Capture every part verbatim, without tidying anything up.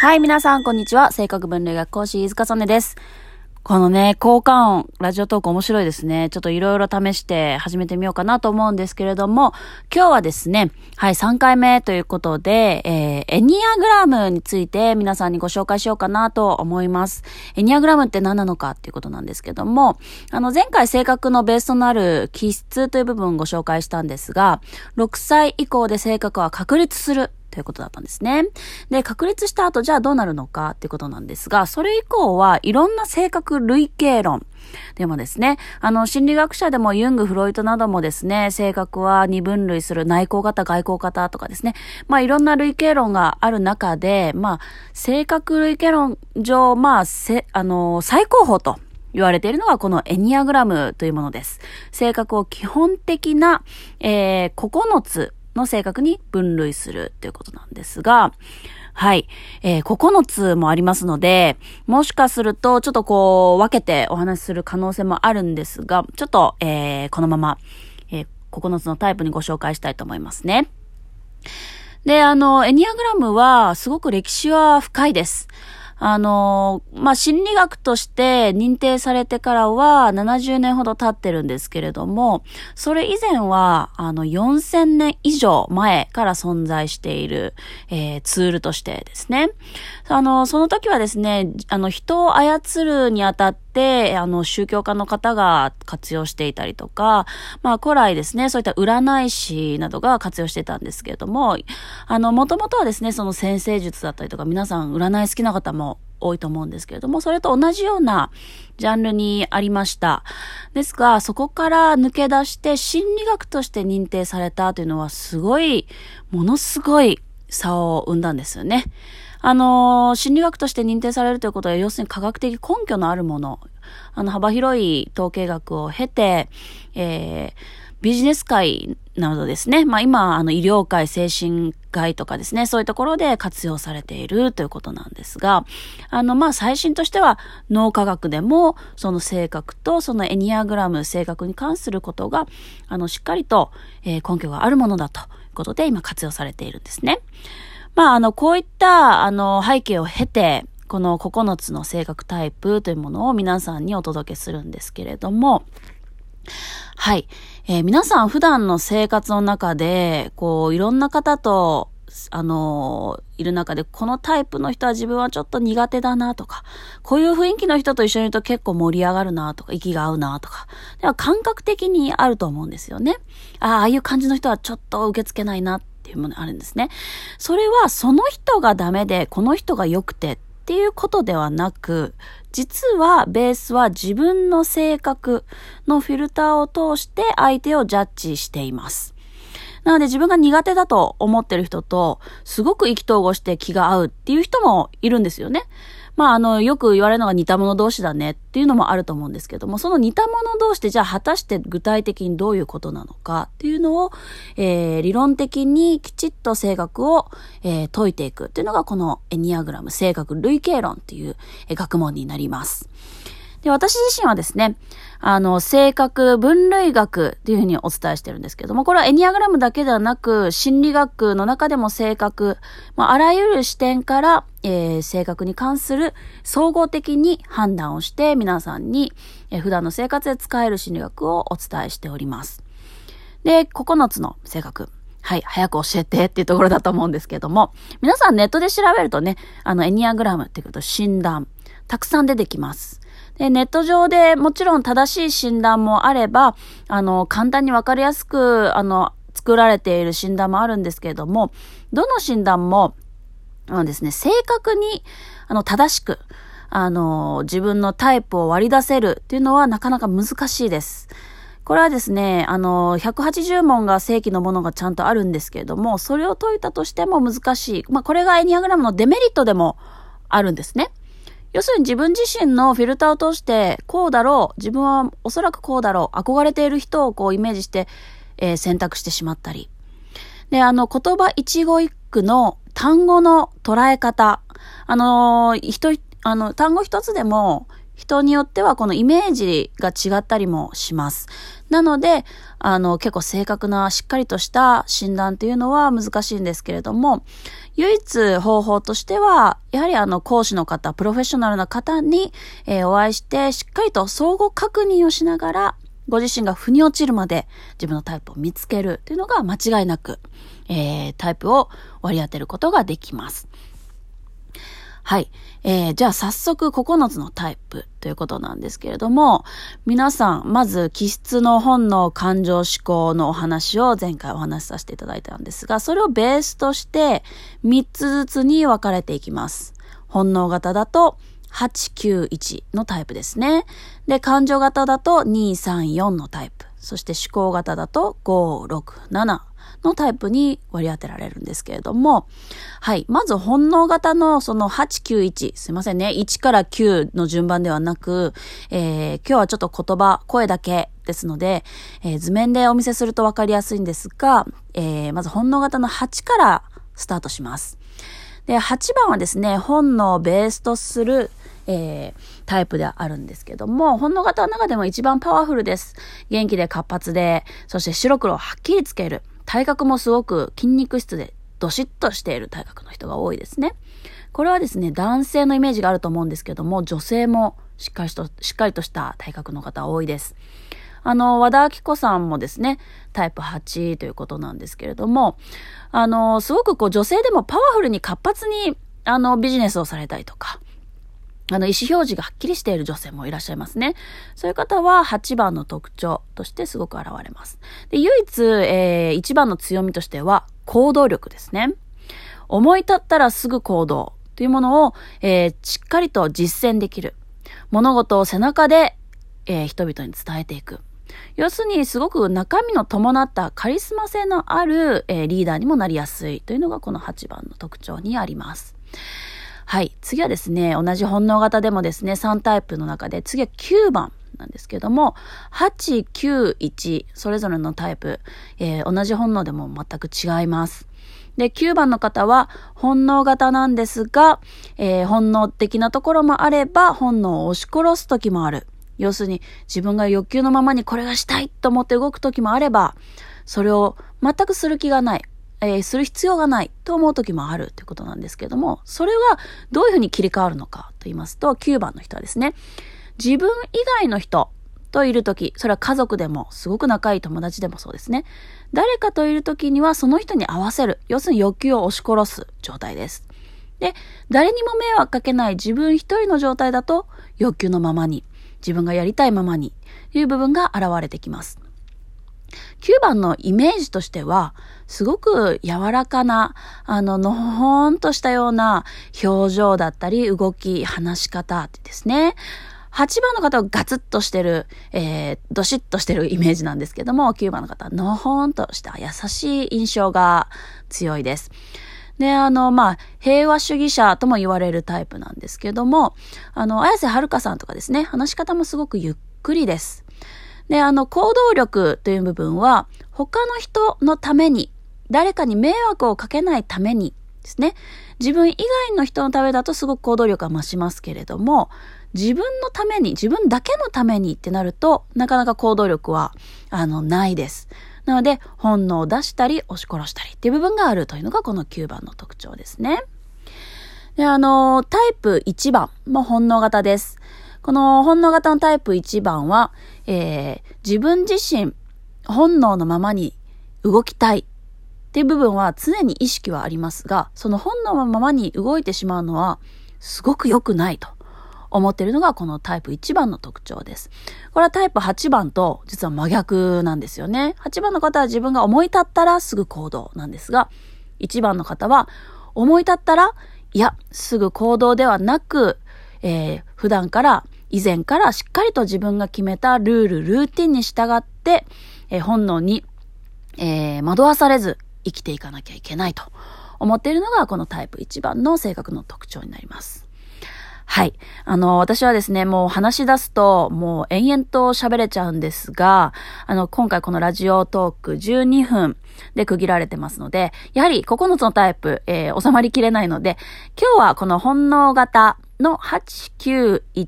はい、皆さん、こんにちは。性格分類学講師、飯塚曽根です。このね、効果音、ラジオトーク面白いですね。ちょっといろいろ試して始めてみようかなと思うんですけれども、今日はですね、はい、さんかいめということで、えー、エニアグラムについて皆さんにご紹介しようかなと思います。エニアグラムって何なのかっていうことなんですけども、あの、前回性格のベースとなる気質という部分をご紹介したんですが、ろくさい以降で性格は確立するということだったんですね。で、確立した後、じゃあどうなるのかっていうことなんですが、それ以降はいろんな性格類型論。でもですね、あの、心理学者でもユング、フロイトなどもですね、性格は二分類する内向型、外向型とかですね、まあいろんな類型論がある中で、まあ、性格類型論上、まあ、せ、あの、最高峰と言われているのがこのエニアグラムというものです。性格を基本的な、えー、ここのつ、の性格に分類するということなんですが、はい、えー、ここのつもありますので、もしかするとちょっとこう分けてお話しする可能性もあるんですが、ちょっと、えー、このまま、えー、ここのつのタイプにご紹介したいと思いますね。で、あの、エニアグラムはすごく歴史は深いです。あの、まあ、心理学として認定されてからはななじゅうねんほど経ってるんですけれども、それ以前は、あの、よんせんねん以上前から存在している、えー、ツールとしてですね。あの、その時はですね、あの、人を操るにあたって、あの、宗教家の方が活用していたりとか、まあ、古来ですね、そういった占い師などが活用してたんですけれども、あの、もともとはですね、その占星術だったりとか、皆さん占い好きな方も多いと思うんですけれども、それと同じようなジャンルにありました。ですが、そこから抜け出して心理学として認定されたというのはすごい、ものすごい差を生んだんですよね。あのー、心理学として認定されるということは、要するに科学的根拠のあるもの、あの、幅広い統計学を経て、えー、ビジネス界などですね、まあ今、あの、医療界、精神界とかですね、そういうところで活用されているということなんですが、あの、まあ最新としては、脳科学でも、その性格とそのエニアグラム、性格に関することが、あの、しっかりと、えー、根拠があるものだということで、今活用されているんですね。まあ、あの、こういった、あの、背景を経て、このここのつの性格タイプというものを皆さんにお届けするんですけれども、はい。えー、皆さん普段の生活の中で、こう、いろんな方と、あのー、いる中で、このタイプの人は自分はちょっと苦手だなとか、こういう雰囲気の人と一緒にいると結構盛り上がるなとか、息が合うなとか、では感覚的にあると思うんですよね。ああ、ああいう感じの人はちょっと受け付けないなっていうものあるんですね。それはその人がダメで、この人が良くてっていうことではなく、実はベースは自分の性格のフィルターを通して相手をジャッジしています。なので自分が苦手だと思ってる人とすごく意気投合して気が合うっていう人もいるんですよね。まああのよく言われるのが似た者同士だねっていうのもあると思うんですけども、その似た者同士でじゃあ果たして具体的にどういうことなのかっていうのを、えー、理論的にきちっと性格を、えー、解いていくっていうのがこのエニアグラム性格類型論っていう、えー、学問になります。で、私自身はですね、あの、性格分類学っていうふうにお伝えしてるんですけども、これはエニアグラムだけではなく、心理学の中でも性格、まあ、あらゆる視点から、えー、性格に関する総合的に判断をして皆さんに、えー、普段の生活で使える心理学をお伝えしております。で、ここのつの性格。はい、早く教えてっていうところだと思うんですけども、皆さんネットで調べるとね、あの、エニアグラムっていうこと診断、たくさん出てきます。で、ネット上でもちろん正しい診断もあれば、あの、簡単にわかりやすく、あの、作られている診断もあるんですけれども、どの診断も、あのですね、正確に、あの、正しく、あの、自分のタイプを割り出せるっていうのはなかなか難しいです。これはですね、あの、ひゃくはちじゅうもんが正規のものがちゃんとあるんですけれども、それを解いたとしても難しい。まあ、これがエニアグラムのデメリットでもあるんですね。要するに自分自身のフィルターを通してこうだろう、自分はおそらくこうだろう、憧れている人をこうイメージして、えー、選択してしまったり。で、あの言葉一語一句の単語の捉え方、あのー、人、あの単語一つでも人によってはこのイメージが違ったりもします。 なので、あの、結構正確な、しっかりとした診断っていうのは難しいんですけれども、唯一方法としては、やはりあの、講師の方、プロフェッショナルな方に、えー、お会いして、しっかりと相互確認をしながら、ご自身が腑に落ちるまで自分のタイプを見つけるっていうのが間違いなく、えー、タイプを割り当てることができます。はい。えー、じゃあ早速ここのつのタイプということなんですけれども、皆さん、まず気質の本能、感情、思考のお話を前回お話しさせていただいたんですが、それをベースとしてみっつずつに分かれていきます。本能型だとはちきゅういちのタイプですね。で、感情型だとにさんよんのタイプ。そして思考型だとごろくななのタイプに割り当てられるんですけれども、はい。まず本能型のそのはちきゅういち、すいませんね。いちからきゅうの順番ではなく、えー、今日はちょっと言葉、声だけですので、えー、図面でお見せするとわかりやすいんですが、えー、まず本能型のはちからスタートします。で、はちばんはですね、本能をベースとする、えー、タイプであるんですけども、本能型の中でも一番パワフルです。元気で活発で、そして白黒をはっきりつける。体格もすごく筋肉質でどしっとしている体格の人が多いですね。これはですね、男性のイメージがあると思うんですけども、女性もしっかりと、しっかりとした体格の方多いです。あの、和田明子さんもですね、タイプはちということなんですけれども、あの、すごくこう女性でもパワフルに活発に、あの、ビジネスをされたりとか、あの、意思表示がはっきりしている女性もいらっしゃいますね。そういう方ははちばんの特徴としてすごく現れます。で、唯一、えー、いちばんの強みとしては行動力ですね。思い立ったらすぐ行動というものを、えー、しっかりと実践できる。物事を背中で、えー、人々に伝えていく。要するにすごく中身の伴ったカリスマ性のある、えー、リーダーにもなりやすいというのがこのはちばんの特徴にあります。はい。次はですね、同じ本能型でもですね、さんタイプの中で、次はきゅうばんなんですけども、はち、きゅう、いち、それぞれのタイプ、えー、同じ本能でも全く違います。で、きゅうばんの方は本能型なんですが、えー、本能的なところもあれば、本能を押し殺す時もある。要するに、自分が欲求のままにこれがしたいと思って動く時もあれば、それを全くする気がない。えー、する必要がないと思う時もあるということなんですけれども、それはどういうふうに切り替わるのかと言いますと、きゅうばんの人はですね、自分以外の人といる時、それは家族でもすごく仲いい友達でもそうですね。誰かといる時にはその人に合わせる、要するに欲求を押し殺す状態です。で、誰にも迷惑かけない自分一人の状態だと欲求のままに、自分がやりたいままにという部分が現れてきます。きゅうばんのイメージとしては、すごく柔らかな、あの、のほほんとしたような表情だったり、動き、話し方ってですね。はちばんの方はガツッとしてる、えー、どしっとしてるイメージなんですけども、きゅうばんの方はのほんとした優しい印象が強いです。で、あの、まあ、平和主義者とも言われるタイプなんですけども、あの、綾瀬はるかさんとかですね、話し方もすごくゆっくりです。で、あの、行動力という部分は、他の人のために、誰かに迷惑をかけないためにですね、自分以外の人のためだとすごく行動力が増しますけれども、自分のために、自分だけのためにってなると、なかなか行動力は、あの、ないです。なので、本能を出したり、押し殺したりっていう部分があるというのがこのきゅうばんの特徴ですね。で、あの、タイプいちばんも本能型です。この本能型のタイプいちばんは、えー、自分自身、本能のままに動きたいっていう部分は常に意識はありますが、その本能のままに動いてしまうのはすごく良くないと思っているのがこのタイプいちばんの特徴です。これはタイプはちばんと実は真逆なんですよね。はちばんの方は自分が思い立ったらすぐ行動なんですが、いちばんの方は思い立ったら、いや、すぐ行動ではなく、えー、普段から以前からしっかりと自分が決めたルール、ルーティンに従って、えー、本能に、えー、惑わされず生きていかなきゃいけないと思っているのがこのタイプいちばんの性格の特徴になります。はい。あの、私はですね、もう話し出すと、もう延々と喋れちゃうんですが、あの、今回このラジオトークじゅうにふんで区切られてますので、やはりここのつのタイプ、えー、収まりきれないので、今日はこの本能型のはち、きゅう、いち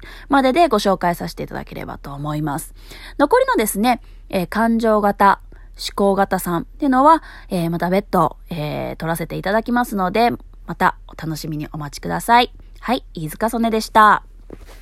まででご紹介させていただければと思います。残りのですね、えー、感情型、思考型さんっていうのは、えー、また別途、えー、取らせていただきますので、またお楽しみにお待ちください。はい、飯塚曽根でした。